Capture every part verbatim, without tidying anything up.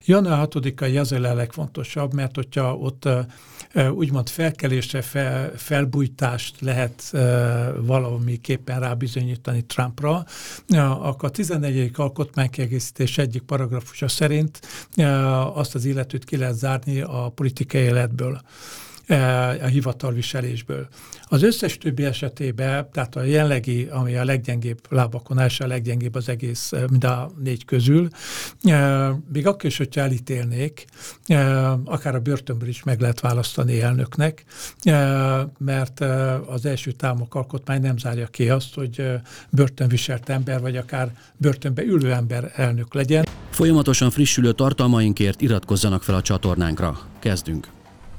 január hatodikai azért a legfontosabb, mert hogyha ott úgymond felkelésre, fel, felbújtást lehet valamiképpen rábizonyítani Trumpra, akkor a tizennegyedik alkotmánykiegészítés egyik paragrafusa szerint azt az illetőt ki lehet zárni a politikai életből, a hivatalviselésből. Az összes többi esetében, tehát a jelenlegi, ami a leggyengébb lábakon első, a leggyengébb az egész, mind a négy közül, még akkor is, hogyha elítélnék, akár a börtönből is meg lehet választani elnöknek, mert az első támok alkotmány nem zárja ki azt, hogy börtönviselt ember, vagy akár börtönbe ülő ember elnök legyen. Folyamatosan frissülő tartalmainkért iratkozzanak fel a csatornánkra. Kezdünk!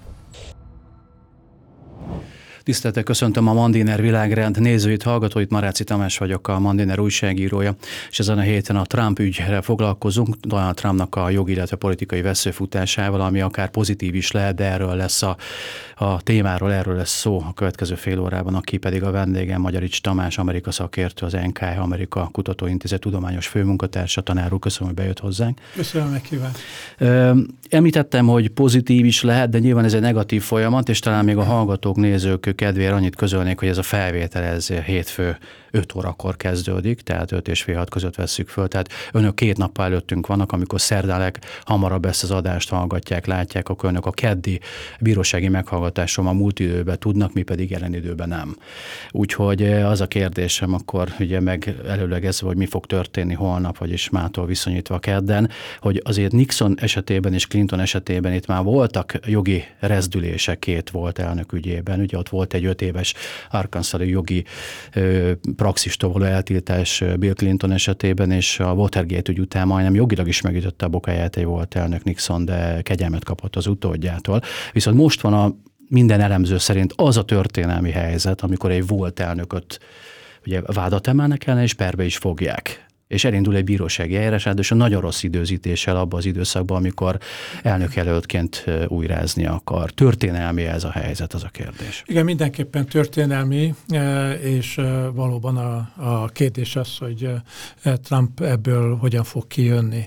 Tiszteltek, köszöntöm a Mandiner Világrend nézőit, hallgatóit, Maráci Tamás vagyok, a Mandiner újságírója, és ezen a héten a Trump ügyre foglalkozunk, Donald Trumpnak a jogi, illetve politikai veszőfutásával, ami akár pozitív is lehet, de erről lesz a, a témáról, erről lesz szó a következő fél órában, aki pedig a vendégem, Magyarics Tamás, Amerika szakértő, az en ká Amerika Kutatóintézet tudományos főmunkatársa, tanár úr, köszönöm, hogy bejött hozzánk. Köszönöm, meghívást. Említettem, hogy pozitív is lehet, de nyilván ez egy negatív folyamat, és talán még a hallgatók, nézők kedvére annyit közölnék, hogy ez a felvétel ez hétfő öt órakor kezdődik, tehát öt és fél hat között vesszük föl, tehát önök két nappal előttünk vannak, amikor szerdán leghamarabb ezt az adást hallgatják, látják, akkor önök a keddi bírósági meghallgatásom a múlt időben tudnak, mi pedig jelen időben nem. Úgyhogy az a kérdésem akkor ugye meg előlegezve, hogy mi fog történni holnap, vagyis mától viszonyítva kedden, hogy azért Nixon esetében és Clinton esetében itt már voltak jogi rezdülések két volt elnök ügyében, ugye ott volt egy öt éves Arkansas-i jogi ö, praxistól való eltiltás Bill Clinton esetében, és a Watergate ügy után majdnem jogilag is megütötte a bokáját egy volt elnök Nixon, de kegyelmet kapott az utódjától. Viszont most van a minden elemző szerint az a történelmi helyzet, amikor egy volt elnököt ugye vádat emelnek ellene, és perbe is fogják. És elindul egy bírósági eljárás, és a nagyon rossz időzítéssel abban az időszakban, amikor elnökjelöltként újrázni akar. Történelmi ez a helyzet, az a kérdés. Igen, mindenképpen történelmi, és valóban a, a kérdés az, hogy Trump ebből hogyan fog kijönni.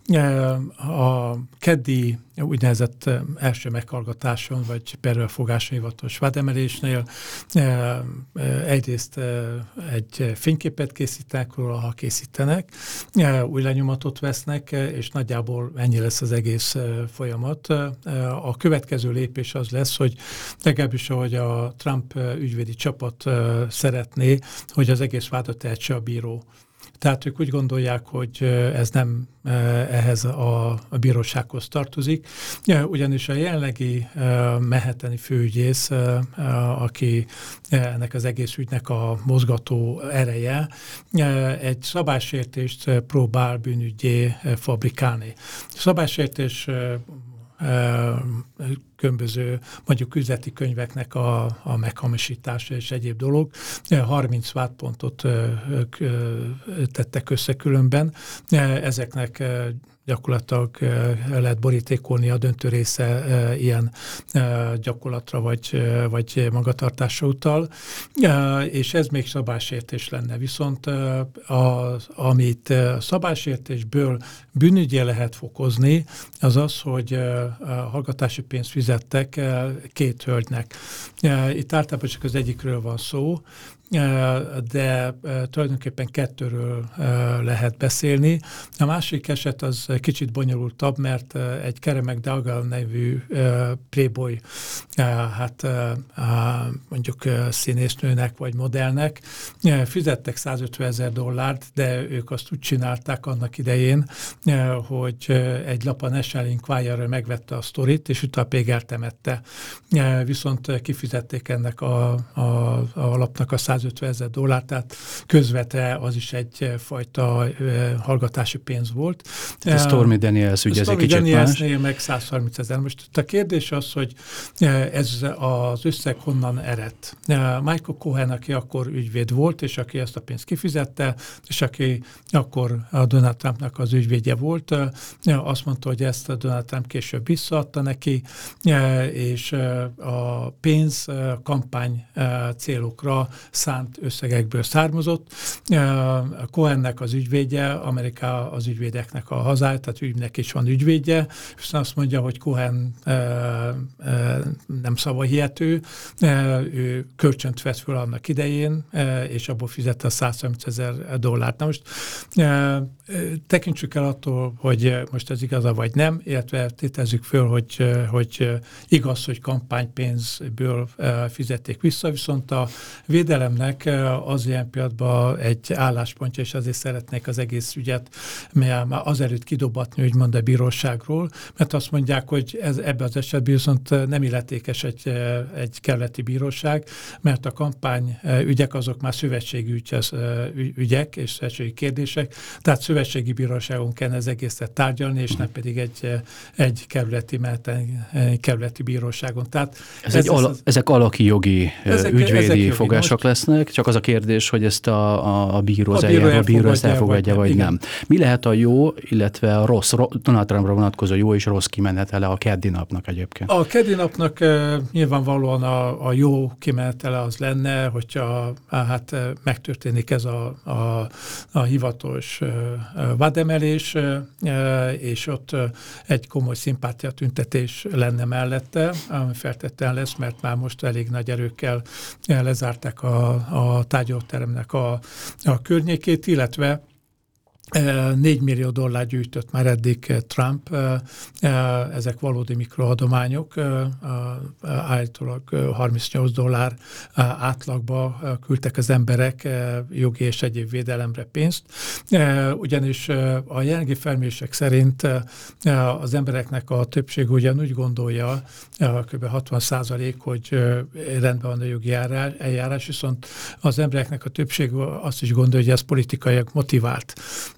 A keddi úgynevezett első meghallgatáson, vagy perrelfogáson hivatalos vádemelésnél egyrészt egy fényképet készítenek róla, ha készítenek, új lenyomatot vesznek, és nagyjából ennyi lesz az egész folyamat. A következő lépés az lesz, hogy legalábbis, ahogy a Trump ügyvédi csapat szeretné, hogy az egész vádat ejtse a bíró. Tehát ők úgy gondolják, hogy ez nem ehhez a, a bírósághoz tartozik, ugyanis a jelenlegi manhattani főügyész, aki ennek az egész ügynek a mozgató ereje, egy szabálysértést próbál bűnüggyé fabrikálni. Szabálysértés különböző, mondjuk üzleti könyveknek a, a meghamisítása és egyéb dolog. harminc vádpontot tettek össze különben. Ezeknek gyakorlatilag lehet borítékolni a döntő része ilyen gyakorlatra vagy, vagy magatartásra utal, és ez még szabálysértés lenne. Viszont az, amit szabálysértésből bűnügyé lehet fokozni, az az, hogy hallgatási pénzt fizettek két hölgynek. Itt általában csak az egyikről van szó, de tulajdonképpen kettőről lehet beszélni. A másik eset az kicsit bonyolultabb, mert egy Karen McDougall nevű playboy, hát mondjuk színésznőnek vagy modellnek fizettek százötvenezer dollárt, de ők azt úgy csinálták annak idején, hogy egy lap a National Enquirer megvette a sztorit, és utána még eltemette. Viszont kifizették ennek a, a, a lapnak a százötvenezer dollárt, tehát közvetve az is egyfajta hallgatási pénz volt. A Stormy Daniels ügy, ez egy kicsit más. Stormy Danielsnél meg százharminc ezer. Most a kérdés az, hogy ez az összeg honnan eredt. Michael Cohen, aki akkor ügyvéd volt, és aki ezt a pénzt kifizette, és aki akkor a Donald Trumpnak az ügyvédje volt, azt mondta, hogy ezt a Donald Trump később visszaadta neki, és a pénz kampány célokra száll szánt összegekből származott. Cohennek az ügyvédje, Amerika az ügyvédeknek a hazája, tehát ügynek is van ügyvédje, és azt mondja, hogy Cohen nem szavahihető, ő kölcsönt vett föl annak idején, és abból fizette a százharmincezer dollárt. Na most tekintsük el attól, hogy most ez igaz vagy nem, illetve tételezzük föl, hogy, hogy igaz, hogy kampánypénzből fizették vissza, viszont a védelemnek az ilyen pillanatban egy álláspontja, és azért szeretnék az egész ügyet mert már azelőtt kidobatni, úgymond a bíróságról, mert azt mondják, hogy ez, ebben az esetben viszont nem illetékes egy, egy kerületi bíróság, mert a kampány ügyek azok már szövetségi ügyek és szövetségi kérdések, tehát szövetségi bíróságon kell ez egészet tárgyalni, és nem pedig egy, egy kerületi, kerületi bíróságon. Tehát ez ez, egy ala, az, ezek alaki jogi ezek, ügyvédi ezek jogi fogások most lesznek, csak az a kérdés, hogy ezt a, a, a bíró, a bíró, a bíró ezt elfogadja, vagy, vagy nem. Mi lehet a jó, illetve a rossz, Donald Trumpra vonatkozó jó és rossz kimenetele a keddi napnak egyébként? A keddi napnak e, nyilvánvalóan a, a jó kimenetele az lenne, hogyha hát megtörténik ez a, a, a hivatalos vádemelés, e, és ott egy komoly szimpátiatüntetés lenne mellette, ami feltétlenül lesz, mert már most elég nagy erőkkel lezárták a, a tárgyalóteremnek a, a környékét, illetve négy millió dollár gyűjtött már eddig Trump, ezek valódi mikroadományok, állítólag harmincnyolc dollár átlagba küldtek az emberek jogi és egyéb védelemre pénzt, ugyanis a jelenlegi felmérések szerint az embereknek a többség ugyanúgy gondolja, kb. hatvan százalék, hogy rendben van a jogi eljárás, viszont az embereknek a többség azt is gondolja, hogy ez politikailag motivált.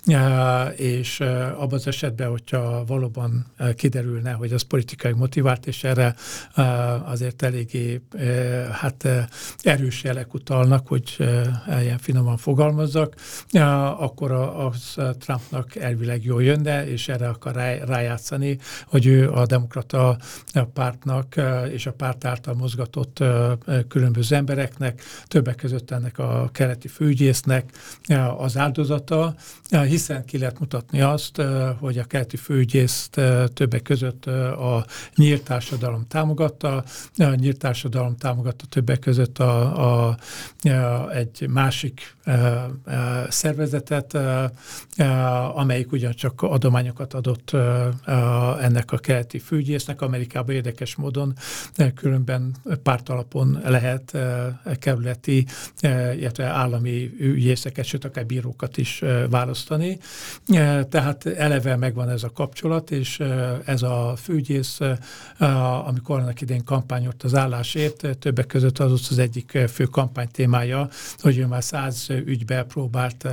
És abban az esetben, hogyha valóban kiderülne, hogy az politikai motivált, és erre azért eléggé hát erős jelek utalnak, hogy ilyen finoman fogalmazzak, akkor az Trumpnak elvileg jól jönne, és erre akar rájátszani, hogy ő a demokrata pártnak és a párt által mozgatott különböző embereknek, többek között ennek a keleti főügyésznek az áldozata, hiszen ki lehet mutatni azt, hogy a keleti főügyészt többek között a Nyílt Társadalom támogatta, a Nyílt Társadalom támogatta többek között a, a, a, egy másik a, a szervezetet, a, a, amelyik ugyancsak adományokat adott a, ennek a keleti főügyésznek. Amerikában érdekes módon különben pártalapon lehet kerületi, illetve állami ügyészeket, sőt akár bírókat is választani. Tehát eleve megvan ez a kapcsolat, és ez a főügyész, amikor annak idén kampányolt az állásért, többek között az az egyik fő kampánytémája, hogy ő már száz ügybe próbált,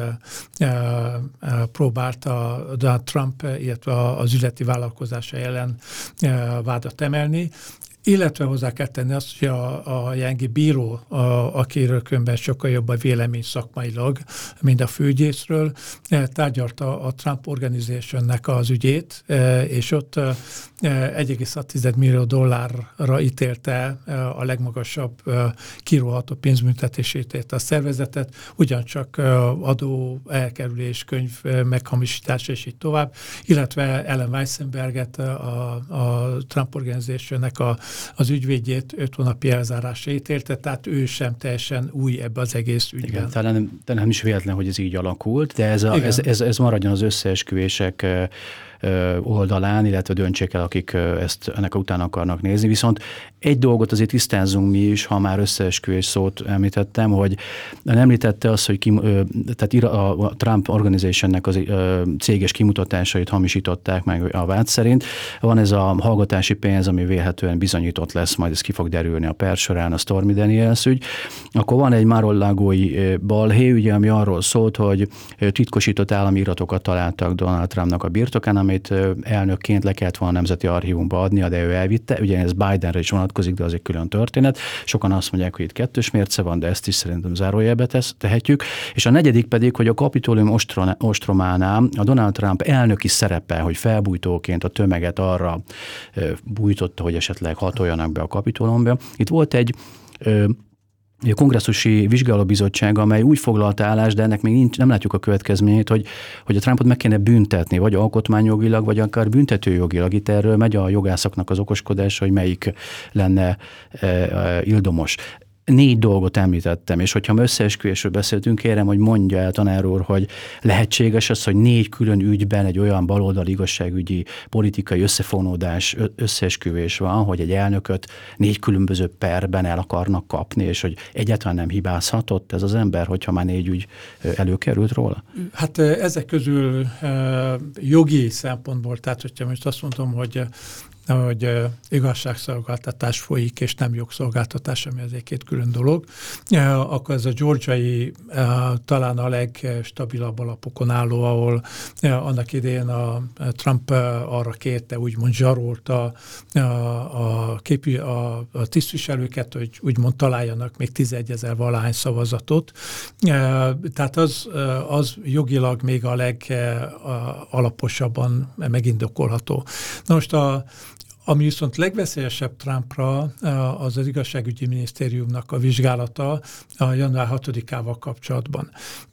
próbált a Donald Trump, illetve az üzleti vállalkozása ellen vádat emelni. Illetve hozzá kell tenni azt, hogy a, a jelenlegi bíró, a, akiről különben sokkal jobb a vélemény szakmailag, mint a főügyészről, tárgyalta a Trump Organizationnek az ügyét, és ott egy egész hat millió dollárra ítélte a legmagasabb kiróható pénzbüntetését a szervezetet, ugyancsak adó, elkerülés, könyv meghamisítás és így tovább, illetve Ellen Weissenberget, a, a Trump Organizationnek a az ügyvédjét öt hónapi elzárásra ítélte, tehát ő sem teljesen új ebbe az egész ügyben. Igen, talán nem, nem is véletlen, hogy ez így alakult, de ez, a, ez, ez, ez maradjon az összeesküvések oldalán, illetve döntsék el, akik ezt ennek után akarnak nézni. Viszont egy dolgot azért tisztázzunk mi is, ha már összeesküvés szót említettem, hogy említette azt, hogy kim, tehát a Trump Organizationnek az céges kimutatásait hamisították meg a vád szerint. Van ez a hallgatási pénz, ami vélhetően bizonyított lesz, majd ez ki fog derülni a per során, a Stormy Daniels ügy. Akkor van egy Mar-a-Lagói balhé, ugye, ami arról szólt, hogy titkosított állami iratokat találtak Donald Trumpnak a birtokán, amit elnökként le kellett volna a Nemzeti Archívumba adnia, de ő elvitte. Ugye ez Bidenre is vonatkozik, de az egy külön történet. Sokan azt mondják, hogy itt kettős mérce van, de ezt is szerintem zárójelbe tesz, tehetjük. És a negyedik pedig, hogy a Kapitolium ostrománál a Donald Trump elnöki szerepe, hogy felbújtóként a tömeget arra bújtotta, hogy esetleg hatoljanak be a Kapitoliumba. Itt volt egy a kongresszusi vizsgálóbizottság, amely úgy foglalta állást, de ennek még nincs, nem látjuk a következményét, hogy, hogy a Trumpot meg kéne büntetni, vagy alkotmányjogilag, vagy akár büntetőjogilag. Itt erről megy a jogászoknak az okoskodása, hogy melyik lenne e, e, ildomos. Négy dolgot említettem, és hogyha összeesküvésről beszéltünk, kérem, hogy mondja el, tanár úr, hogy lehetséges az, hogy négy külön ügyben egy olyan baloldali igazságügyi politikai összefonódás, összeesküvés van, hogy egy elnököt négy különböző perben el akarnak kapni, és hogy egyáltalán nem hibázhatott ez az ember, hogyha már négy ügy előkerült róla? Hát ezek közül jogi szempontból, tehát hogyha most azt mondom, hogy hogy uh, igazságszolgáltatás folyik, és nem jogszolgáltatás, ami azért két külön dolog, uh, akkor ez a georgiai uh, talán a legstabilabb alapokon álló, ahol uh, annak idején a Trump uh, arra kérte, úgymond zsarolta uh, a, képű, a, a tisztviselőket, hogy úgymond találjanak még tizenegy valahány szavazatot. Uh, tehát az, uh, az jogilag még a legalaposabban uh, megindokolható. Na most a Ami viszont legveszélyesebb Trumpra, az az igazságügyi minisztériumnak a vizsgálata a január hatodikával kapcsolatban.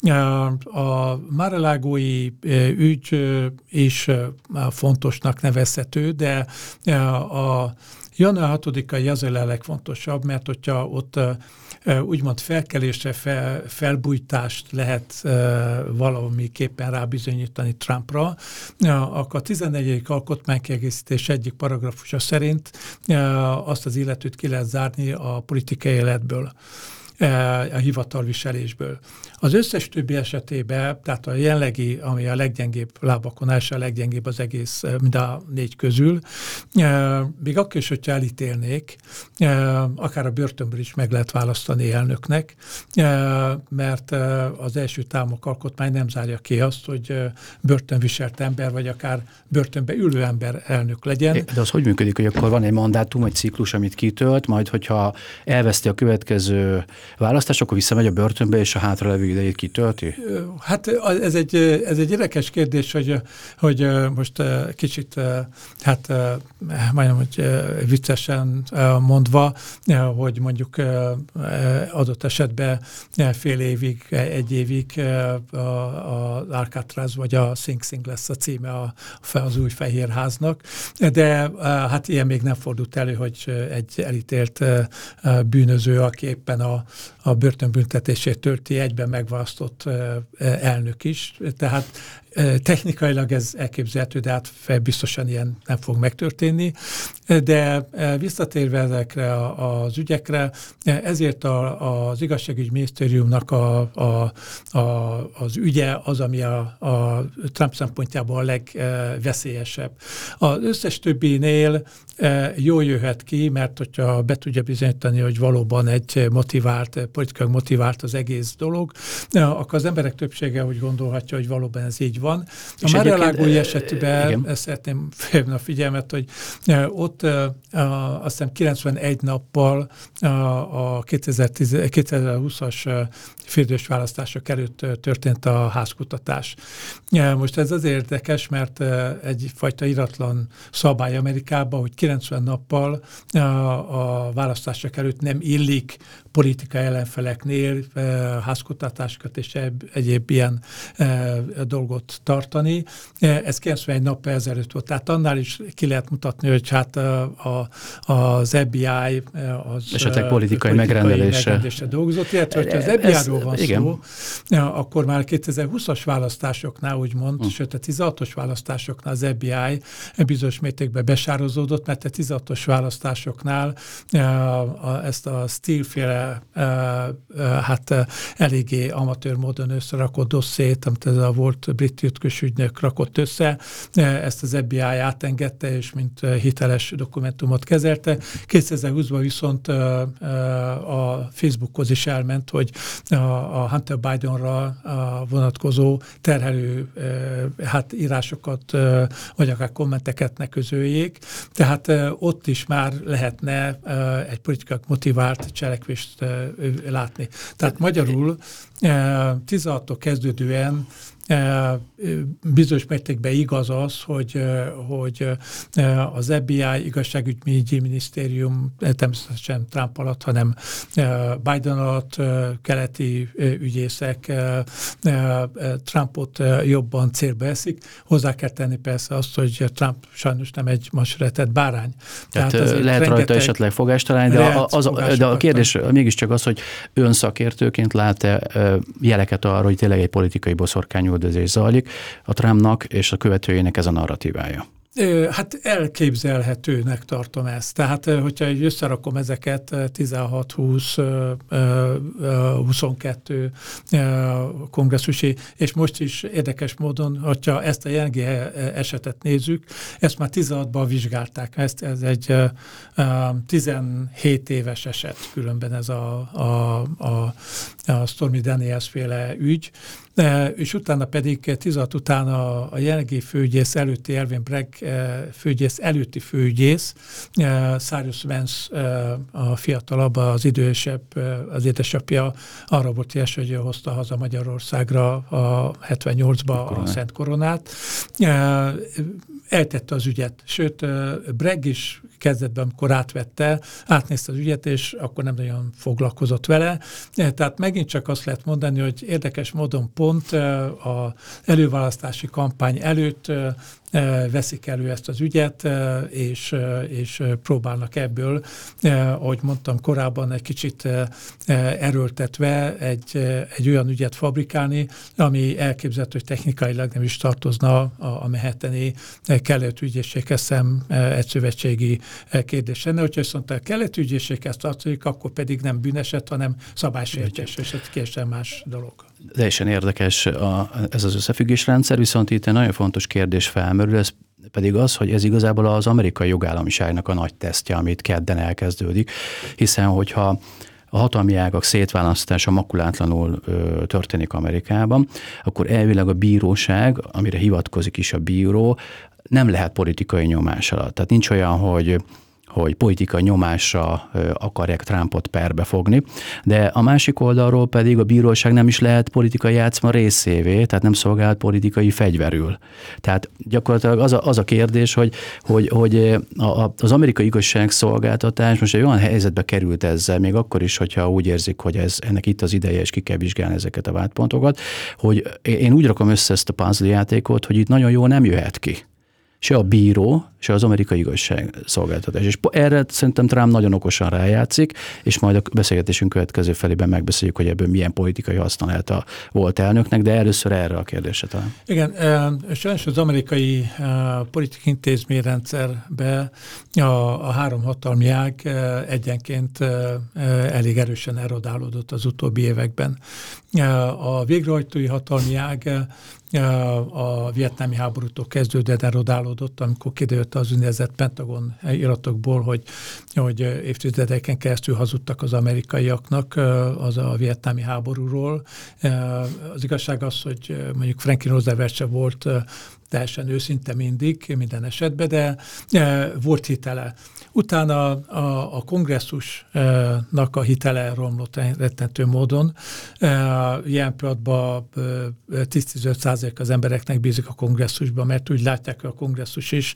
A Mar-a-Lagói ügy is fontosnak nevezhető, de a január hatodikai azért a legfontosabb, mert hogyha ott úgymond felkelésre, fel, felbújtást lehet uh, valamiképpen rábizonyítani Trumpra, uh, akkor a tizennegyedik alkotmánykiegészítés egyik paragrafusa szerint uh, azt az illetőt ki lehet zárni a politikai életből, a hivatalviselésből. Az összes többi esetében, tehát a jelenlegi, ami a leggyengébb lábakon áll, a leggyengébb az egész, mind a négy közül, még akkor is, hogyha elítélnék, akár a börtönből is meg lehet választani elnöknek, mert az első támok alkotmány nem zárja ki azt, hogy börtönviselt ember, vagy akár börtönbe ülő ember elnök legyen. De az hogy működik, hogy akkor van egy mandátum, egy ciklus, amit kitölt, majd hogyha elveszti a következő választás, akkor visszamegy a börtönbe, és a hátralevő idejét kitölti? Hát ez egy, ez egy érdekes kérdés, hogy, hogy most kicsit, hát majdnem, hogy viccesen mondva, hogy mondjuk adott esetben fél évig, egy évig az Alcatraz vagy a Sing Sing lesz a címe a, az új Fehérháznak, de hát ilyen még nem fordult elő, hogy egy elítélt bűnöző, aki éppen a a börtönbüntetését tölti, egyben megválasztott elnök is. Tehát technikailag ez elképzelhető, de hát biztosan ilyen nem fog megtörténni. De visszatérve ezekre az ügyekre, ezért a, az igazságügyi minisztériumnak a, a, a, az ügye az, ami a, a Trump szempontjából a legveszélyesebb. Az összes többinél jól jöhet ki, mert hogyha be tudja bizonyítani, hogy valóban egy motivált, politikai motivált az egész dolog, akkor az emberek többsége úgy gondolhatja, hogy valóban ez így van. A Mar-a-Lagói esetben igen. Szeretném felhívni a figyelmet, hogy ott azt hiszem kilencvenegy nappal a kétezer-húszas félidős választások előtt történt a házkutatás. Most ez azért érdekes, mert egyfajta iratlan szabály Amerikában, hogy kilencven nappal a választások előtt nem illik politikai ellenfeleknél házkutatásokat és egyéb ilyen dolgot tartani. Ez kilencvenegy nappal ezelőtt volt. Tehát annál is ki lehet mutatni, hogy hát a, az ef bé i az esetleg politikai megrendelésre dolgozott, illetve hogyha az ef bé i-ról van igen. szó, akkor már kétezer-húszas választásoknál úgymond, hmm. sőt a tizenhatos választásoknál az ef bé i bizonyos mértékben besározódott, mert a tizenhatos választásoknál ezt a Steele-féle hát eléggé amatőr módon összerakott dosszét, amit ez a volt brit titkos ügynök rakott össze, ezt az ef bé i átengedte, és mint hiteles dokumentumot kezelte. kétezer-húszban viszont a Facebookhoz is elment, hogy a Hunter Bidenra vonatkozó terhelő hát írásokat, vagy akár kommenteket ne közöljék. Tehát ott is már lehetne egy politikai motivált cselekvést látni. Tehát magyarul tizenhattól kezdődően bizonyos mértékben igaz az, hogy, hogy az ef bé i, igazságügyi minisztérium természetesen Trump alatt, hanem Biden alatt keleti ügyészek Trumpot jobban célba eszik. Hozzá kell tenni persze azt, hogy Trump sajnos nem egy masületett bárány. Tehát, Tehát lehet rajta esetleg fogást találni, de a, az, de a kérdés mégiscsak az, hogy ön szakértőként lát-e jeleket arra, hogy tényleg egy politikai boszorkányüldözés zajlik a Trumpnak és a követőjének ez a narratívája? Hát elképzelhetőnek tartom ezt. Tehát, hogyha összerakom ezeket tizenhat, húsz, huszonkettő kongresszusi, és most is érdekes módon, hogyha ezt a jelenlegi esetet nézzük, ezt már tizenhatban vizsgálták. Ezt, ez egy tizenhét éves eset, különben ez a, a, a, a Stormy Daniels féle ügy, és utána pedig tizenhat után a, a jelenlegi főügyész előtti Alvin Bragg főügyész előtti főügyész, Cyrus Vance a fiatalabb, az idősebb, az édesapja arra volt ilyes, hogy hozta haza Magyarországra a hetvennyolcba a Szent Koronát. Eltette az ügyet, sőt Bragg is kezdetben, amikor átvette, átnézte az ügyet, és akkor nem nagyon foglalkozott vele. Tehát megint csak azt lehet mondani, hogy érdekes módon pont az előválasztási kampány előtt veszik elő ezt az ügyet, és, és próbálnak ebből, ahogy mondtam korábban, egy kicsit erőltetve egy, egy olyan ügyet fabrikálni, ami elképzelhető, hogy technikailag nem is tartozna a, a Manhattani keleti ügyészséghez szem egy szövetségi kérdés lenne. Hogyha viszont a keleti ügyészséghez tartozik, akkor pedig nem bűneset, hanem szabálysértés, és ez később más dolog. Teljesen érdekes a, ez az összefüggésrendszer, viszont itt egy nagyon fontos kérdés felmerül, ez pedig az, hogy ez igazából az amerikai jogállamiságnak a nagy tesztje, amit kedden elkezdődik, hiszen hogyha a hatalmi ágak szétválasztása makulátlanul ö, történik Amerikában, akkor elvileg a bíróság, amire hivatkozik is a bíró, nem lehet politikai nyomás alatt. Tehát nincs olyan, hogy hogy politikai nyomásra akarják Trumpot perbe fogni, de a másik oldalról pedig a bíróság nem is lehet politikai játszma részévé, tehát nem szolgál politikai fegyverül. Tehát gyakorlatilag az a, az a kérdés, hogy, hogy, hogy a, az amerikai igazságszolgáltatás most egy olyan helyzetbe került ezzel, még akkor is, hogyha úgy érzik, hogy ez, ennek itt az ideje, és ki kell vizsgálni ezeket a vádpontokat, hogy én úgy rakom össze ezt a puzzle játékot, hogy itt nagyon jól nem jöhet ki. Se a bíró, se az amerikai igazságszolgáltatás. És erre szerintem Trump nagyon okosan rájátszik, és majd a beszélgetésünk következő felében megbeszéljük, hogy ebből milyen politikai haszna lehet a volt elnöknek, de először erre a kérdésre talán. Igen, sajnos az amerikai politikai intézményrendszerbe a, a három hatalmi ág egyenként elég erősen erodálódott az utóbbi években. A végrehajtói hatalmi ág a vietnámi háborútól kezdődően erodálódott, amikor kiderült az úgynevezett Pentagon iratokból, hogy, hogy évtizedeken keresztül hazudtak az amerikaiaknak az a vietnámi háborúról. Az igazság az, hogy mondjuk Franklin Roosevelt se volt teljesen őszinte mindig, minden esetben, de volt hitele. Utána a, a kongresszusnak a hitele romlott rettentő módon. Ilyen pillanatban tíz-tizenöt százalék az embereknek bízik a kongresszusban, mert úgy látják, hogy a kongresszus is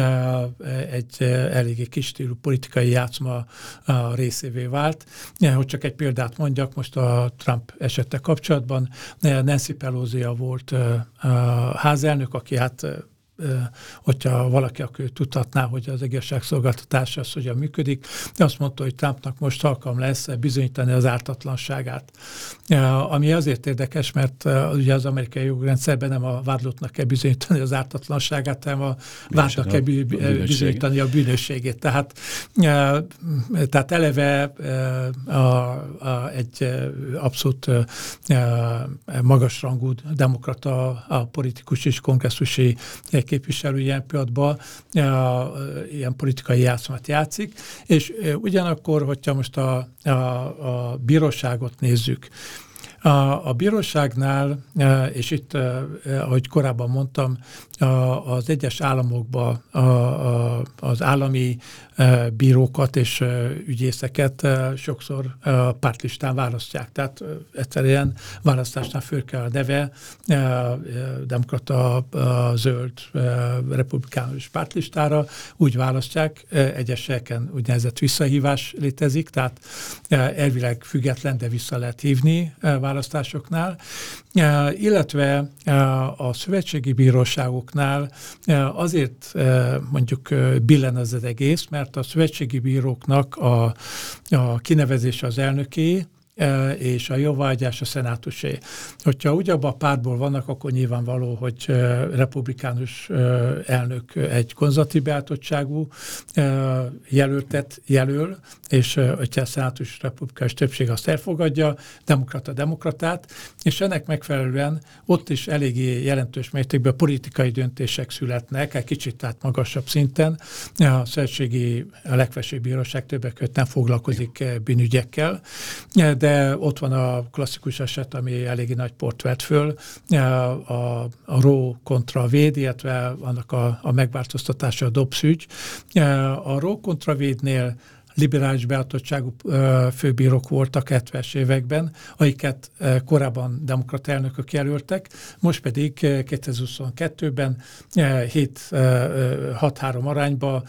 egy eléggé kis stílú politikai játszma részévé vált. Hogy csak egy példát mondjak, most a Trump esete kapcsolatban, Nancy Pelosi volt házelnök, aki hát hogyha valaki akkor tudhatná, hogy az igazságszolgáltatás az hogyan működik, de azt mondta, hogy Trumpnak most alkalom lesz bizonyítani az ártatlanságát. Ami azért érdekes, mert ugye az amerikai jogrendszerben nem a vádlottnak kell bizonyítani az ártatlanságát, hanem a vádnak kell bizonyítani a bűnösségét. Tehát, tehát eleve a, a, egy abszolút magasrangú demokrata a politikus és kongresszusi képviselő ilyen pillanatban ilyen politikai játszmát játszik, és ugyanakkor, hogyha most a, a, a bíróságot nézzük, A, a bíróságnál, és itt, ahogy korábban mondtam, az egyes államokban a, a, az az állami bírókat és ügyészeket sokszor pártlistán választják. Tehát egyszerűen választásnál föl kell a neve, demokrata, zöld, republikánus pártlistára, úgy választják, egyes helyeken úgynevezett visszahívás létezik, tehát elvileg független, de vissza lehet hívni választásoknál, illetve a szövetségi bíróságoknál azért mondjuk billen az az egész, mert a szövetségi bíróknak a, a kinevezése az elnöké, és a jóváhagyás a szenátusé. Hogyha ugyabban a pártból vannak, akkor nyilvánvaló, hogy republikánus elnök egy konzervatív beállítottságú jelöltet jelöl, és hogyha a szenátus republikánus többség azt elfogadja, demokrata demokratát, és ennek megfelelően ott is eléggé jelentős mértékben politikai döntések születnek, egy kicsit tehát magasabb szinten. A szövetségi, a legfelsőbb bíróság többek között nem foglalkozik bűnügyekkel, de ott van a klasszikus eset, ami eléggé nagy port vett föl, a, a Roe kontra Wade, illetve annak a, a megváltoztatása a Dobbs ügy. A Roe kontra Wade-nél liberális beállítottságú főbírók voltak hetvenes években, akiket korábban demokrata elnökök jelöltek, most pedig kétezer-huszonkettőben hét hat három arányba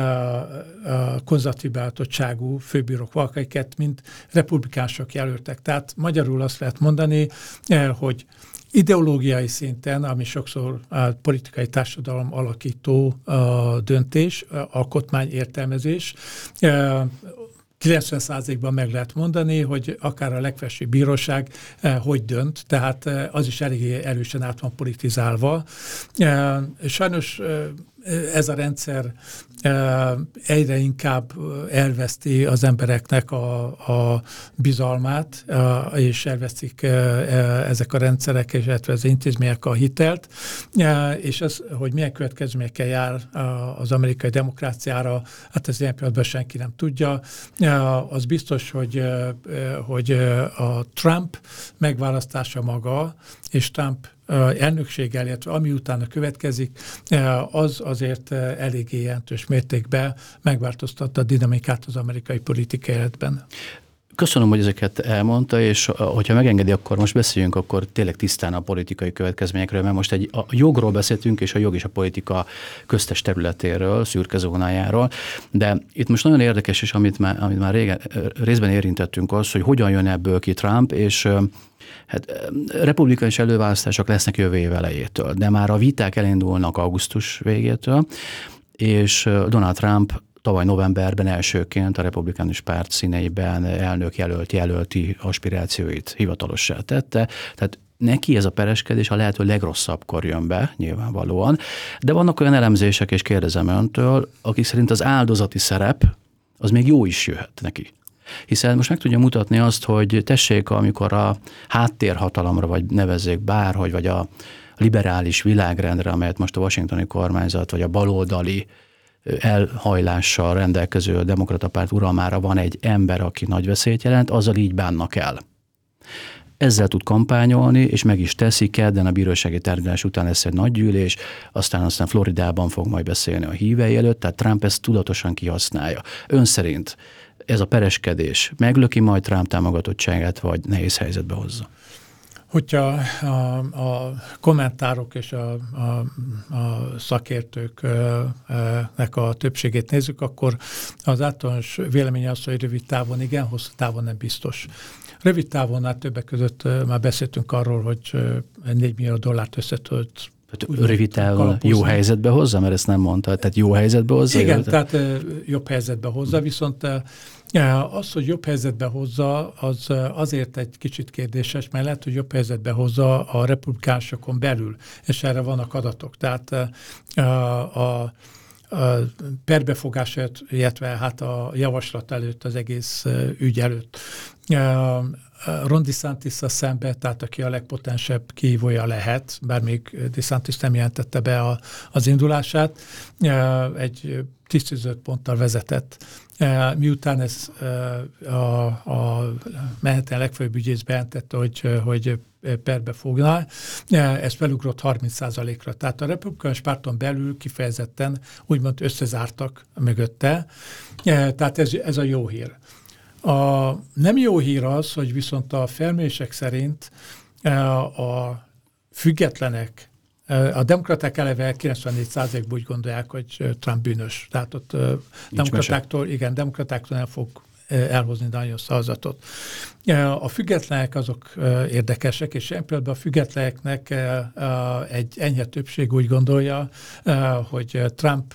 konzervatív beállítottságú főbírók voltak, akiket mint republikánsok jelöltek. Tehát magyarul azt lehet mondani, hogy ideológiai szinten, ami sokszor a politikai társadalom alakító a döntés, alkotmány értelmezés, kilencven százalékban meg lehet mondani, hogy akár a legfelsőbb bíróság hogy dönt, tehát az is eléggé erősen át van politizálva. Sajnos ez a rendszer egyre inkább elveszti az embereknek a, a bizalmát, és elvesztik ezek a rendszerek, és az intézmények a hitelt, és ez, hogy milyen következményekkel jár az amerikai demokráciára, hát ez ilyen pillanatban senki nem tudja. Az biztos, hogy, hogy a Trump megválasztása maga, és Trump elnökséggel, illetve ami utána következik, az azért eléggé jelentős mértékben megváltoztatta a dinamikát az amerikai politikai életben. Köszönöm, hogy ezeket elmondta, és hogyha megengedi, akkor most beszéljünk akkor tényleg tisztán a politikai következményekről, mert most egy, a jogról beszéltünk, és a jog és a politika köztes területéről, szürke zónájáról, de itt most nagyon érdekes, és amit már, amit már régen, részben érintettünk az, hogy hogyan jön ebből ki Trump, és hát republikánus előválasztások lesznek jövő év elejétől, de már a viták elindulnak augusztus végétől, és Donald Trump tavaly novemberben elsőként a republikánus párt színeiben elnök jelölt jelölti aspirációit hivatalossá tette, tehát neki ez a pereskedés a lehető legrosszabbkor jön be, nyilvánvalóan, de vannak olyan elemzések, és kérdezem öntől, akik szerint az áldozati szerep, az még jó is jöhet neki. Hiszen most meg tudja mutatni azt, hogy tessék, amikor a háttérhatalomra, vagy nevezzék bárhogy, vagy a liberális világrendre, amelyet most a washingtoni kormányzat, vagy a baloldali elhajlással rendelkező demokrata párt uralmára van egy ember, aki nagy veszélyt jelent, azzal így bánnak el. Ezzel tud kampányolni, és meg is teszi, kedden a bírósági tárgyalás után lesz egy nagy gyűlés, aztán aztán Floridában fog majd beszélni a hívei előtt, tehát Trump ezt tudatosan kihasználja. Ön szerint ez a pereskedés meglöki majd Trump támogatottságát, vagy nehéz helyzetbe hozza? Hogyha a, a kommentárok és a, a, a szakértőknek a többségét nézzük, akkor az általános vélemény az, hogy rövid távon igen, hosszú távon nem biztos. Rövid távon hát többek között már beszéltünk arról, hogy négy millió dollárt összetölt. Rövid távon jó helyzetbe hozza, mert ezt nem mondta, tehát jó helyzetbe hozza? Igen, jól, tehát jobb helyzetbe hozza, viszont az, hogy jobb helyzetbe hozza, az azért egy kicsit kérdéses, mert lehet, hogy jobb helyzetbe hozza a republikánusokon belül, és erre vannak adatok. Tehát a, a a perbefogás, illetve hát a javaslat előtt, az egész ügy előtt Ron DeSantis-szal szemben, tehát aki a legpotensebb kihívója lehet, bár még DeSantis nem jelentette be a, az indulását, egy tíz-tizenöt ponttal vezetett. Miután ez a, a Manhattan legfőbb ügyész bejelentette, hogy, hogy perbe fogna, ez felugrott harminc százalékra. Tehát a republikánus párton belül kifejezetten úgymond összezártak mögötte, tehát ez, ez a jó hír. A nem jó hír az, hogy viszont a felmérések szerint a függetlenek, a demokraták eleve kilencvennégy százalékban úgy gondolják, hogy Trump bűnös. Tehát ott demokratáktól, igen, demokratáktól nem fog elhozni nagyon szavazatot. A függetlenek azok érdekesek, és ilyen például a függetleneknek egy enyhe többség úgy gondolja, hogy Trump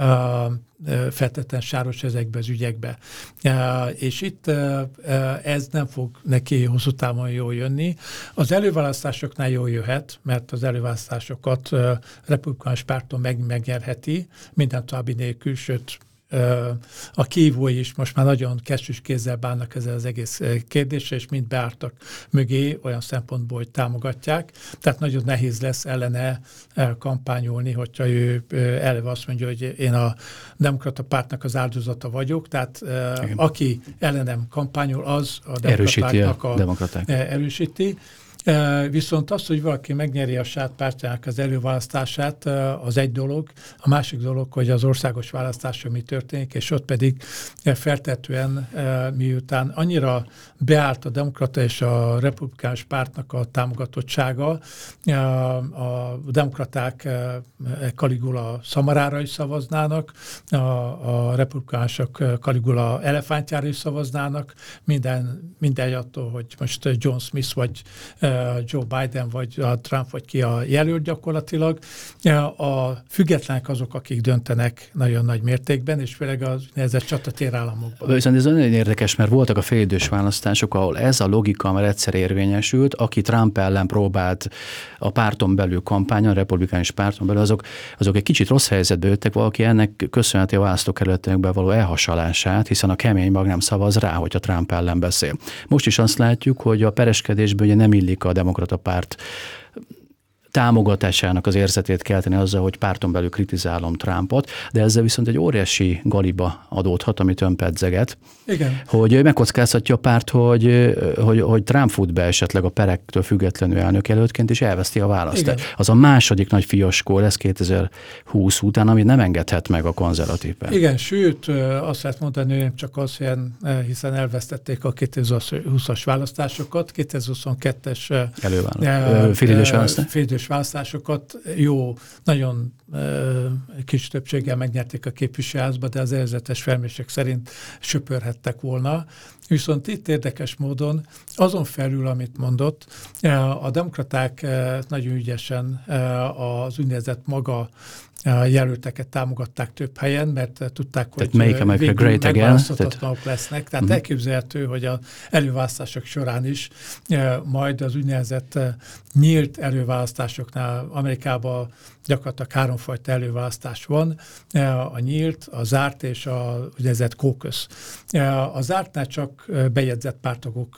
feltétlenül sáros ezekbe az ügyekbe. És itt ez nem fog neki hosszú távon jól jönni. Az előválasztásoknál jól jöhet, mert az előválasztásokat republikánus párton meg, megnyerheti, minden további nélkül, sőt, a kihívói is most már nagyon kesztyűs kézzel bánnak ezzel az egész kérdéssel, és mind beálltak mögé olyan szempontból, hogy támogatják. Tehát nagyon nehéz lesz ellene kampányolni, hogyha ő eleve azt mondja, hogy én a demokrata pártnak az áldozata vagyok, tehát igen, aki ellenem kampányol, az a demokratáknak a, demokraták. erősíti. Viszont az, hogy valaki megnyeri a saját pártjának az előválasztását, az egy dolog. A másik dolog, hogy az országos választáson mi történik, és ott pedig feltetően miután annyira beállt a demokrata és a republikánus pártnak a támogatottsága, a demokraták Caligula szamarára is szavaznának, a, a republikánusok Caligula elefántjára is szavaznának, minden, minden attól, hogy most John Smith vagy Joe Biden vagy a Trump vagy ki a jelölt gyakorlatilag. A függetlenek azok, akik döntenek nagyon nagy mértékben, és főleg az úgynevezett csatatér államokban. Viszont ez nagyon érdekes, mert voltak a félidős választások, ahol ez a logika már egyszer érvényesült, aki Trump ellen próbált a párton belül kampányon, a republikánus párton belül, azok, azok egy kicsit rossz helyzetbe jöttek, valaki ennek köszönheti a választókerületekbe való elhasalását, hiszen a kemény mag nem szavaz rá, hogy a Trump ellen beszél. Most is azt látjuk, hogy a pereskedésből ugye nem illik a demokrata párt támogatásának az érzetét kelteni azzal, hogy párton belül kritizálom Trumpot, de ezzel viszont egy óriási galiba adódhat, amit ön pedzeget, igen, hogy megkockáztatja a párt, hogy, hogy, hogy Trump fut be esetleg a perektől függetlenül elnökjelöltként, és elveszti a választást. Igen. Az a második nagy fiaskó lesz kétezer-húsz után, amit nem engedhet meg a konzervatív párt. Igen, sőt, azt lehet mondani, hogy nem csak az, hiszen elvesztették a kétezer-húszas választásokat, kétezer-huszonkettes félidős választás. választásokat jó, nagyon ö, kis többséggel megnyerték a képviselőházba, de az előzetes felmérések szerint söpörhettek volna. Viszont itt érdekes módon azon felül, amit mondott, a demokraták nagyon ügyesen az úgynevezett maga jelölteket támogatták több helyen, mert tudták, hogy végül megválaszthatatlanok lesznek. Tehát uh-huh. elképzelhető, hogy az előválasztások során is majd az úgynevezett nyílt előválasztásoknál Amerikában gyakorlatilag háromfajta előválasztás van, a nyílt, a zárt és a úgynevezett caucus. A zártnál csak bejegyzett pártagok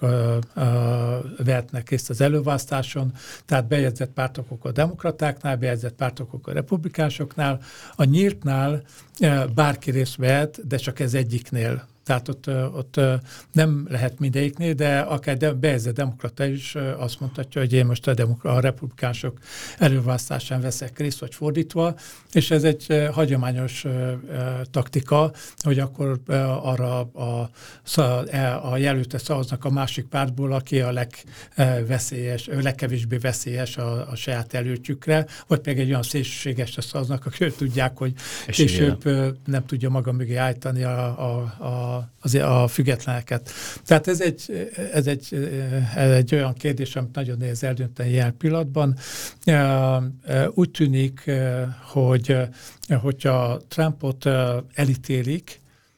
vehetnek részt az előválasztáson, tehát bejegyzett pártagok a demokratáknál, bejegyzett pártagok a republikánusoknál, a nyíltnál bárki részt vehet, de csak ez egyiknél. Tehát ott, ott nem lehet mindegyiknél, de akár de, bejegyzett demokrata is azt mondhatja, hogy én most a, demok- a republikánusok előválasztásán veszek részt, vagy fordítva, és ez egy hagyományos taktika, hogy akkor arra a, a jelöltre szavaznak a másik pártból, aki a legveszélyes, legkevésbé veszélyes a, a saját jelöltjükre, vagy pedig egy olyan szélsőségesre szavaznak, akik tudják, hogy később nem tudja maga mögé állítani a, a, a Az, a függetleneket. Tehát ez egy, ez, egy, ez egy olyan kérdés, amit nagyon nehéz eldönteni ilyen pillanatban. Úgy tűnik, hogy hogyha Trumpot elítélik,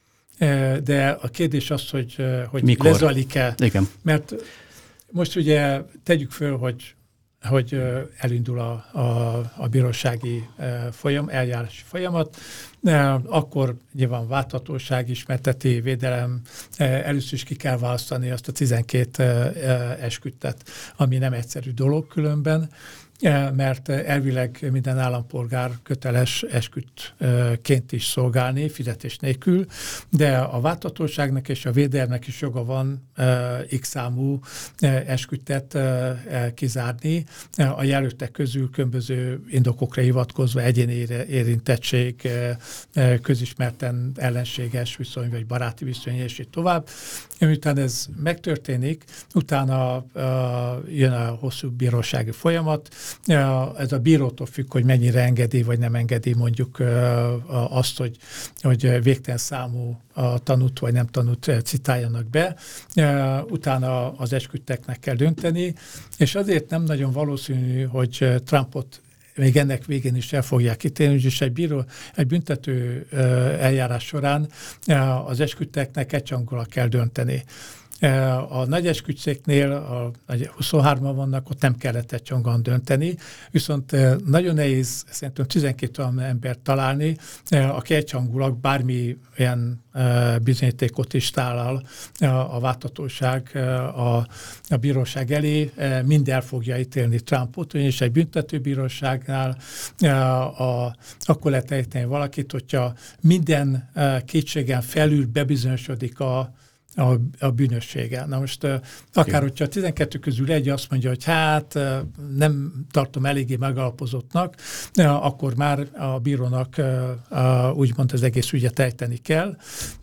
de a kérdés az, hogy, hogy lezajlik-e. Igen. Mert most ugye tegyük föl, hogy hogy elindul a, a, a bírósági folyam, eljárási folyamat, akkor nyilván válthatóság, ismerteti védelem, először is ki kell választani azt a tizenkét esküdtet, ami nem egyszerű dolog különben, mert elvileg minden állampolgár köteles esküdtként is szolgálni, fizetés nélkül, de a válthatóságnak és a védelemnek is joga van x számú esküdtet kizárni. A jelöltek közül különböző indokokra hivatkozva egyéni érintettség, közismerten ellenséges viszony, vagy baráti viszony, és így tovább. Miután ez megtörténik, utána jön a hosszú bírósági folyamat. Ez a bírótól függ, hogy mennyire engedi, vagy nem engedi mondjuk azt, hogy, hogy végtelen számú tanút, vagy nem tanút citáljanak be. Utána az esküdteknek kell dönteni, és azért nem nagyon valószínű, hogy Trumpot még ennek végén is el fogják ítélni, úgyis egy, bíró, egy büntető eljárás során az esküdteknek egyhangúlag kell dönteni. A nagy esküdtségnél, a huszonhárman vannak, ott nem kellett egyhangúan dönteni, viszont nagyon nehéz szerintem tizenkét olyan embert találni, aki egyhangulag bármi olyan bizonyítékot is tállal a válthatóság a, a bíróság elé, mind el fogja ítélni Trumpot, és egy büntetőbíróságnál a, akkor lehet elítélni valakit, hogyha minden kétségen felül bebizonyosodik a A, a bűnössége. Na most akár, Igen. hogyha a tizenkettő közül egy azt mondja, hogy hát nem tartom eléggé megalapozottnak, akkor már a bírónak úgymond az egész ügyet ejteni kell,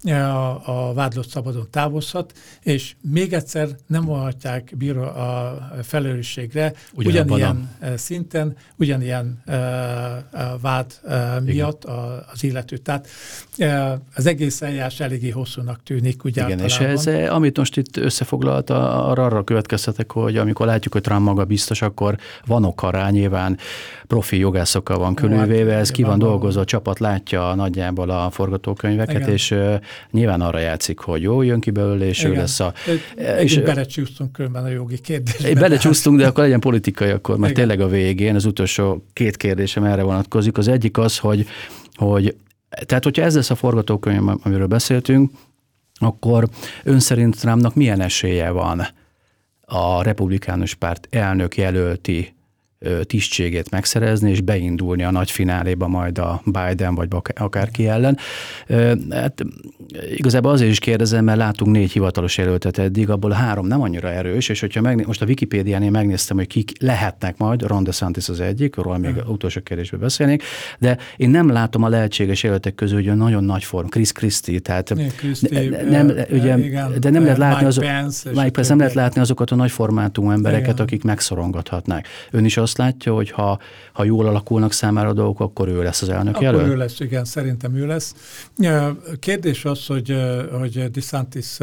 a vádlott szabadon távozhat, és még egyszer nem vonhatják bíró a felelősségre ugyanilyen a... szinten, ugyanilyen vád miatt az illető. Tehát az egész eljárás eléggé hosszúnak tűnik. Ugye Igen, és ez, amit most itt összefoglalt, arra, arra következtetek, hogy amikor látjuk, hogy Trump maga biztos, akkor van oka rá, nyilván profi jogászokkal van körülvéve, ez ki van dolgozva, a csapat látja nagyjából a forgatókönyveket, Igen. és uh, nyilván arra játszik, hogy jó, jön ki belőle, és Igen. ő lesz a... És belecsúsztunk különben a jogi kérdésben. Belecsúsztunk, de akkor legyen politikai akkor, mert Igen. tényleg a végén az utolsó két kérdésem erre vonatkozik. Az egyik az, hogy, hogy tehát hogyha ez lesz a forgatókönyv, amiről beszéltünk, akkor ön szerint Trumpnak milyen esélye van a republikánus párt elnök jelölti tisztségét megszerezni, és beindulni a nagy fináléba majd a Biden vagy akárki ellen. Hát igazából azért is kérdezem, mert látunk négy hivatalos jelöltet eddig, abból három nem annyira erős, és hogyha megné- most a Wikipédiánél megnéztem, hogy kik lehetnek majd, Ron DeSantis az egyik, arról még hmm. utolsó kérdésben beszélnék, de én nem látom a lehetséges jelöltek közül, hogy nagyon nagy form, Chris Christie, tehát Christie, nem, uh, ugye, igen, de nem lehet látni azok, Pence, Mike Pence, nem lehet látni azokat a nagy formátumú embereket, igen. akik megszorongathatnák. Ön is azt látja, hogy ha, ha jól alakulnak számára a dolgok, akkor ő lesz az elnök jelölt? Akkor ő lesz, igen, szerintem ő lesz. Kérdés az, hogy, hogy DeSantis,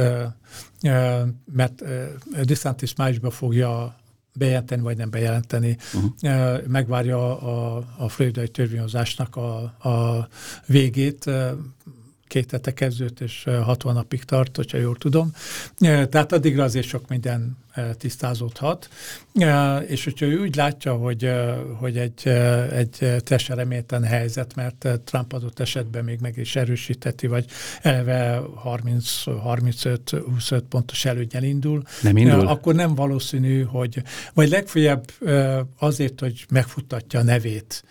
mert DeSantis májusban fogja bejelenteni, vagy nem bejelenteni, uh-huh. megvárja a, a floridai törvényhozásnak a, a végét, két hete kezdődött, és hatvan napig tart, hogyha jól tudom. Tehát addigra azért sok minden tisztázódhat. És hogyha ő úgy látja, hogy, hogy egy, egy teljesen reménytelen helyzet, mert Trump adott esetben még meg is erősíteti, vagy eleve harminc-harmincöt-huszonöt pontos előnnyel indul, nem indul, akkor nem valószínű, hogy vagy legfeljebb azért, hogy megfuttatja a nevét,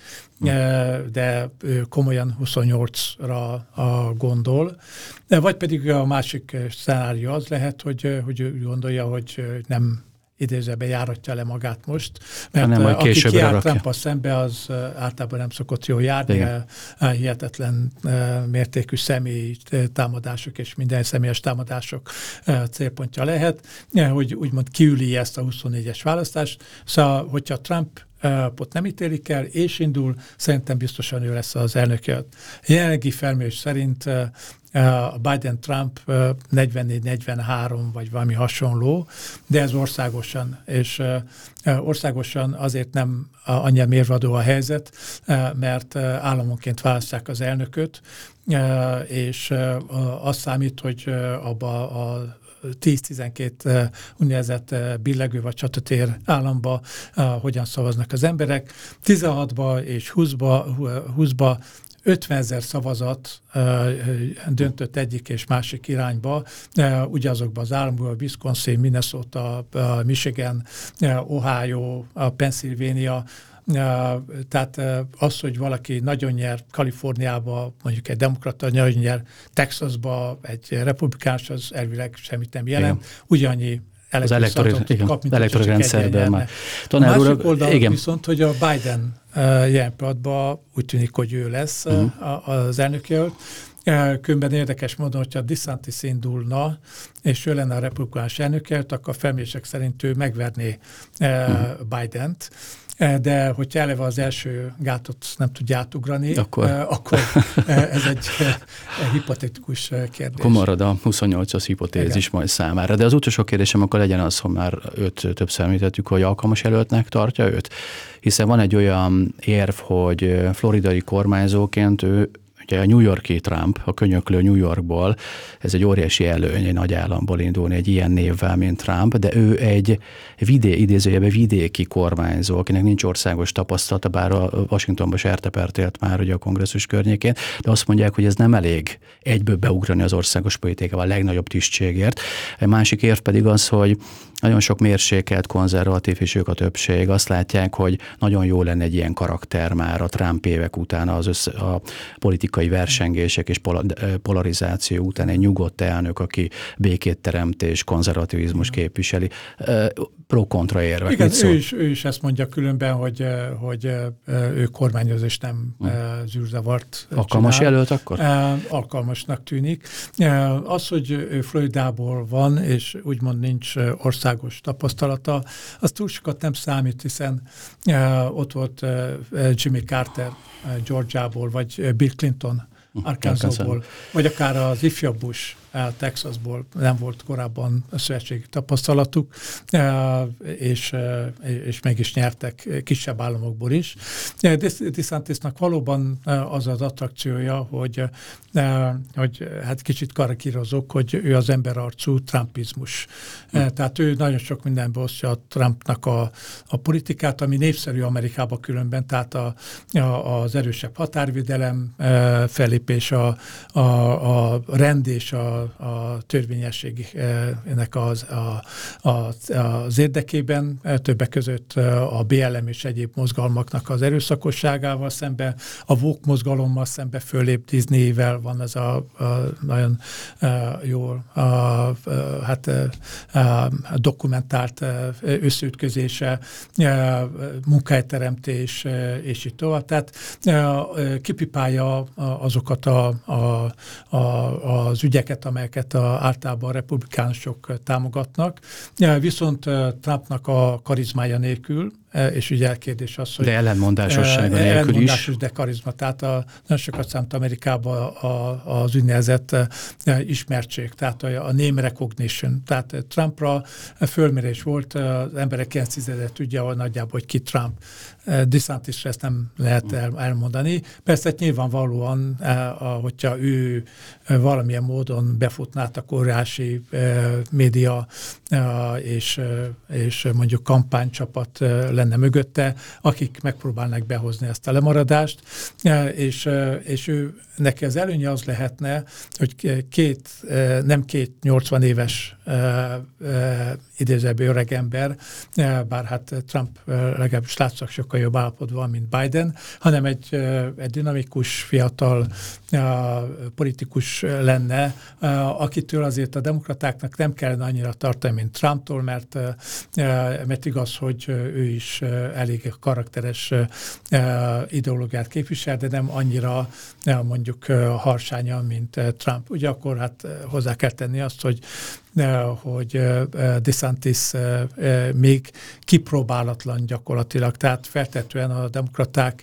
de ő komolyan huszonnyolcra gondol. Vagy pedig a másik szenárió az lehet, hogy, hogy ő gondolja, hogy nem idézőben járatja le magát most, mert nem, aki kiállt Trump-a szembe, az általában nem szokott jól járni, Igen. hihetetlen mértékű személyi támadások és minden személyes támadások célpontja lehet, hogy úgymond kiüli ezt a huszonnégyes választást. Szóval, hogyha Trump pot nem ítélik el, és indul, szerintem biztosan ő lesz az elnöke. Jelenlegi felmérés szerint a Biden-Trump negyvennégy negyvenhárom vagy valami hasonló, de ez országosan, és országosan azért nem annyira mérvadó a helyzet, mert államonként választják az elnököt, és azt számít, hogy abba a tíz-tizenkét úgynevezett billegő vagy csatatér államba uh, hogyan szavaznak az emberek. tizenhatba és húszba, húszba ötvenezer szavazat döntött egyik és másik irányba, ugyanazokban az államokban, Wisconsin, Minnesota, Michigan, Ohio, Pennsylvania. Tehát az, hogy valaki nagyon nyer Kaliforniába, mondjuk egy demokrata nagyon nyer Texasba, egy republikánus, az elvileg semmit nem jelent. Igen. Ugyannyi az elektronik rendszerben már. A másik oldalon igen. Viszont, hogy a Biden uh, jelen pillanatban úgy tűnik, hogy ő lesz uh-huh. uh, az elnökjelölt. Uh, különben érdekes módon, hogyha DeSantis indulna, és ő lenne a republikánus elnökjelölt, akkor a felmérések szerint ő megverné uh, uh-huh. Bident. De hogyha eleve az első gátot nem tudja átugrani, akkor, uh, akkor ez egy uh, hipotetikus kérdés. Akkor marad a huszonnyolcas hipotézis igen. majd számára. De az utolsó kérdésem akkor legyen az, hogy már őt többször említettük, hogy alkalmas jelöltnek tartja őt. Hiszen van egy olyan érv, hogy floridai kormányzóként ő ugye a New York-i Trump, a könyöklő New Yorkból, ez egy óriási előny, egy nagy államból indulni egy ilyen névvel, mint Trump, de ő egy vidé, idézőjében vidéki kormányzó, akinek nincs országos tapasztalata, bár a Washingtonba sertepert élt már ugye a kongresszus környékén, de azt mondják, hogy ez nem elég egyből beugrani az országos politikával a legnagyobb tisztségért. Egy másik érv pedig az, hogy nagyon sok mérsékelt, konzervatív és ők a többség azt látják, hogy nagyon jó lenne egy ilyen karakter már a Trump évek után az össze, a politikai versengések és polarizáció után egy nyugodt elnök, aki békét teremt és konzervativizmus képviseli. Pro-kontra érvek. Igen, ő is, ő is ezt mondja különben, hogy, hogy ő kormányoz és nem hmm. zűrzavart alkalmas csinál. Jelölt akkor? Alkalmasnak tűnik. Az, hogy ő Floridából van, és úgymond nincs országos tapasztalata, az túl sokat nem számít, hiszen ott volt Jimmy Carter Georgiából, vagy Bill Clinton Arkansasból, vagy akár az ifjabb Bush Texasból nem volt korábban szövetségi tapasztalatuk, és, és meg is nyertek kisebb államokból is. DeSantisnak valóban az az attrakciója, hogy, hogy hát kicsit karikírozok, hogy ő az emberarcú trumpizmus. Hm. Tehát ő nagyon sok mindenben osztja a Trumpnak a, a politikát, ami népszerű Amerikában különben, tehát a, a, az erősebb határvédelem fellépés, a, a, a rend és a a törvényességnek az, a, a, az érdekében, többek között a bé el em és egyéb mozgalmaknak az erőszakosságával szemben, a woke mozgalommal szemben fölép Disney-vel van ez a, a nagyon jól a, a, hát a dokumentált összeütközése, munkahelyteremtés, és így tovább. Tehát kipipálja azokat a, a, a, az ügyeket, amelyeket a, általában a republikánusok támogatnak. Viszont Trumpnak a karizmája nélkül, és ugye elkérdés az, hogy... De ellenmondásossága nélkül is. Ellenmondásos, de karizma. Tehát a, nagyon sokat számít Amerikában a, az úgynevezett ismertség, tehát a, a name recognition. Tehát Trumpra fölmérés volt, az emberek kilenc tizedet tudja hogy nagyjából, hogy ki Trump. DeSantisra ezt nem lehet el, elmondani. Persze nyilvánvalóan, hogyha ő valamilyen módon befutná a óriási média és, és mondjuk kampánycsapat lenne mögötte, akik megpróbálnak behozni ezt a lemaradást, és, és ő, neki az előnye az lehetne, hogy két, nem két nyolcvan éves idézőben öreg ember, bár hát Trump legalábbis látszak sokkal jobb állapotban van, mint Biden, hanem egy, egy dinamikus, fiatal politikus lenne, akitől azért a demokratáknak nem kellene annyira tartani, mint Trumptól, mert, mert igaz, hogy ő is elég karakteres ideológiát képvisel, de nem annyira mondjuk harsányan, mint Trump. Ugye akkor hát hozzá kell tenni azt, hogy hogy DeSantis még kipróbálatlan gyakorlatilag, tehát feltetően a demokraták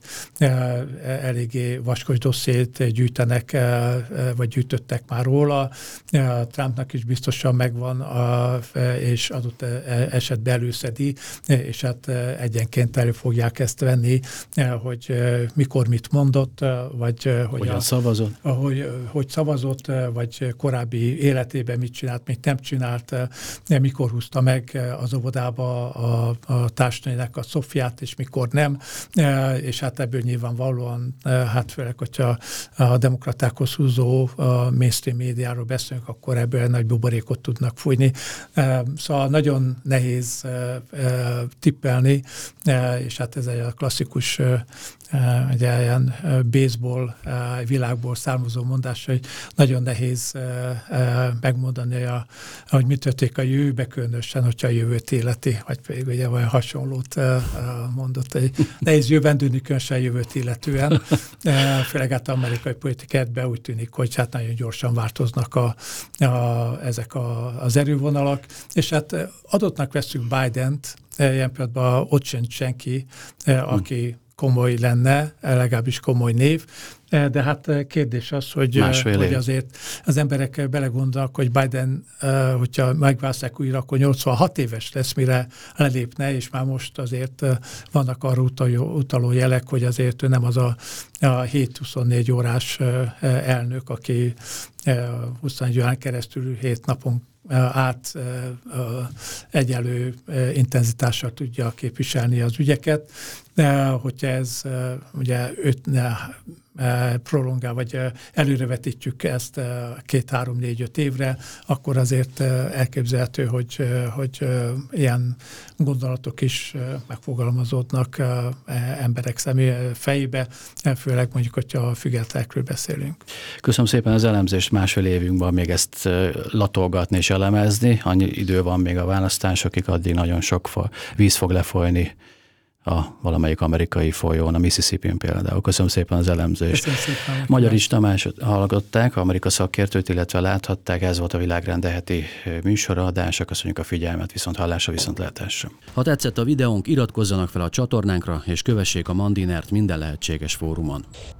eléggé vaskos dossziét gyűjtenek, vagy gyűjtöttek már róla. Trumpnak is biztosan megvan, és adott esetben előszedi, és hát egyenként elő fogják ezt venni, hogy mikor mit mondott, vagy hogy, a, szavazott. Hogy, hogy szavazott, vagy korábbi életében mit csinált, mit nem csinált, mikor húzta meg az óvodába a, a társnőnek a Szofiát, és mikor nem, és hát ebből nyilvánvalóan, hát főleg, hogyha a demokratákhoz húzó a mainstream médiáról beszélünk, akkor ebből nagy buborékot tudnak fújni. Szóval nagyon nehéz tippelni, és hát ez egy klasszikus egy ilyen baseball világból származó mondás, hogy nagyon nehéz megmondani, a, hogy mi történik a jövőbe, különösen, hogyha a jövőt életi, vagy pedig ugye olyan hasonlót mondott, hogy nehéz jövendőni, különösen jövőt illetően. Főleg hát amerikai politikátban úgy tűnik, hogy hát nagyon gyorsan változnak a, a, ezek a, az erővonalak, és hát adottnak veszük Bident, ilyen pillanatban ott sincs senki, aki komoly lenne, legalábbis komoly név, de hát kérdés az, hogy, hogy azért az emberek belegondolnak, hogy Biden, hogyha megválasztják újra, akkor nyolcvanhat éves lesz, mire lelépne, és már most azért vannak arra utaló jelek, hogy azért ő nem az a, a hét-huszonnégy órás elnök, aki huszonegy órán keresztül hét napon át egyelő intenzitással tudja képviselni az ügyeket. Hogyha ez ugye öt, prolongál, vagy előrevetítjük ezt két-három-négy-öt évre, akkor azért elképzelhető, hogy, hogy ilyen gondolatok is megfogalmazódnak emberek személy fejébe, főleg mondjuk, hogyha a függetlenekről beszélünk. Köszönöm szépen az elemzést, másfél évünkben még ezt latolgatni és elemezni. Annyi idő van még a választásokig, addig nagyon sok víz fog lefolyni a valamelyik amerikai folyón, a Mississippi-n például. Köszönöm szépen az elemzést. Magyarics Tamás hallgatták, Amerika szakértőt, illetve láthatták, ez volt a Világrend heti műsoradásra. Köszönjük a figyelmet, viszont hallásra, viszont látásra. Ha tetszett a videónk, iratkozzanak fel a csatornánkra, és kövessék a Mandinert minden lehetséges fórumon.